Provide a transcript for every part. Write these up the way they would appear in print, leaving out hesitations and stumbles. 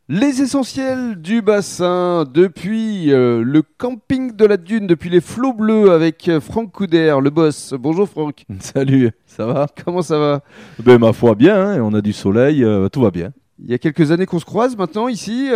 Les essentiels du bassin, depuis le camping de la Dune, depuis les flots bleus avec Franck Couder, le boss. Bonjour Franck. Salut, ça va? Comment ça va? Ben ma foi bien, hein, on a du soleil, tout va bien. Il y a quelques années qu'on se croise maintenant ici.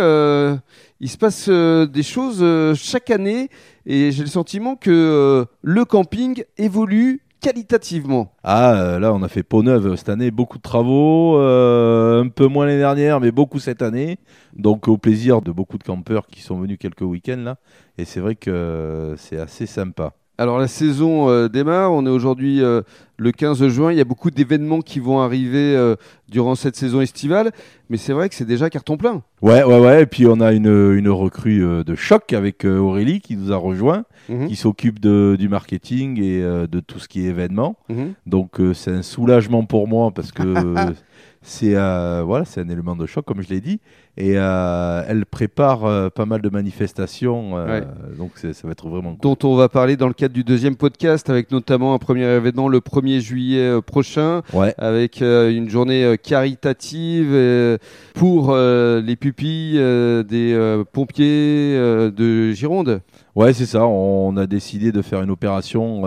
Il se passe des choses chaque année et j'ai le sentiment que le camping évolue qualitativement. Là on a fait peau neuve cette année, beaucoup de travaux, un peu moins l'année dernière, mais beaucoup cette année. Donc au plaisir de beaucoup de campeurs qui sont venus quelques week-ends là. Et c'est vrai que c'est assez sympa. Alors la saison démarre, on est aujourd'hui le 15 juin, il y a beaucoup d'événements qui vont arriver durant cette saison estivale, mais c'est vrai que c'est déjà carton plein. Ouais, et puis on a une recrue de choc avec Aurélie qui nous a rejoint, Mhm. qui s'occupe du marketing et de tout ce qui est événement. Mhm. Donc c'est un soulagement pour moi parce que c'est un élément de choc comme je l'ai dit et elle prépare pas mal de manifestations Ouais. donc ça va être vraiment cool. Dont on va parler dans le cadre du deuxième podcast, avec notamment un premier événement le 1er juillet prochain, Ouais, avec une journée caritative pour les pupilles des pompiers de Gironde. ouais, c'est ça. On a décidé de faire une opération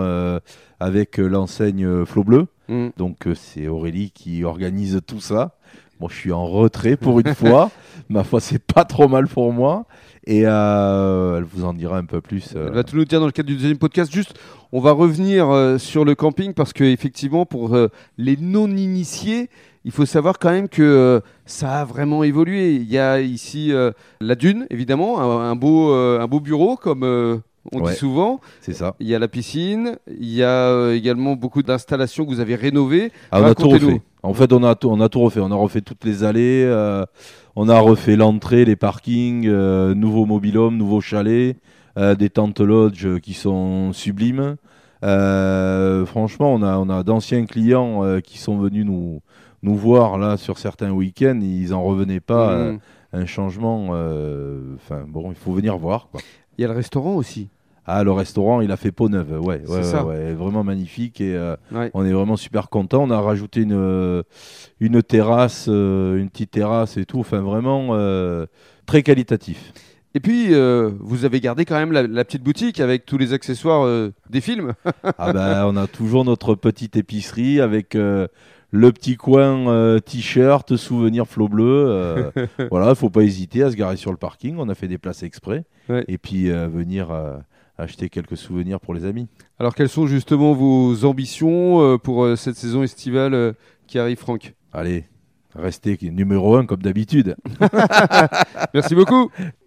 avec l'enseigne Flo Bleu. Mhm. Donc c'est Aurélie qui organise tout ça. Moi je suis en retrait pour une fois. Ma foi c'est pas trop mal pour moi. Et elle vous en dira un peu plus. Elle va tout nous dire dans le cadre du deuxième podcast. Juste, on va revenir sur le camping parce que effectivement, pour les non-initiés, il faut savoir quand même que ça a vraiment évolué. Il y a ici la Dune, évidemment, un beau bureau comme on Ouais. dit souvent. C'est ça. Il y a la piscine. Il y a également beaucoup d'installations que vous avez rénovées. On a tout Racontez-nous. refait. En fait on a tout refait. On a refait toutes les allées. On a refait l'entrée, les parkings, nouveau mobil-home, nouveau chalet, des tentes lodge qui sont sublimes. Franchement, on a d'anciens clients qui sont venus nous voir là sur certains week-ends. Ils en revenaient pas. Mhm. Un changement. Il faut venir voir, quoi. Il y a le restaurant aussi. Le restaurant, il a fait peau neuve. C'est ça. Vraiment magnifique et Ouais. on est vraiment super content. On a rajouté une terrasse, une petite terrasse et tout. Enfin, vraiment très qualitatif. Et puis, vous avez gardé quand même la petite boutique avec tous les accessoires des films. On a toujours notre petite épicerie avec le petit coin t-shirt, souvenir Flo Bleu. Voilà, faut pas hésiter à se garer sur le parking. On a fait des places exprès. Ouais. Et puis venir acheter quelques souvenirs pour les amis. Alors, quelles sont justement vos ambitions pour cette saison estivale qui arrive, Franck? Allez, restez numéro 1 comme d'habitude. Merci beaucoup.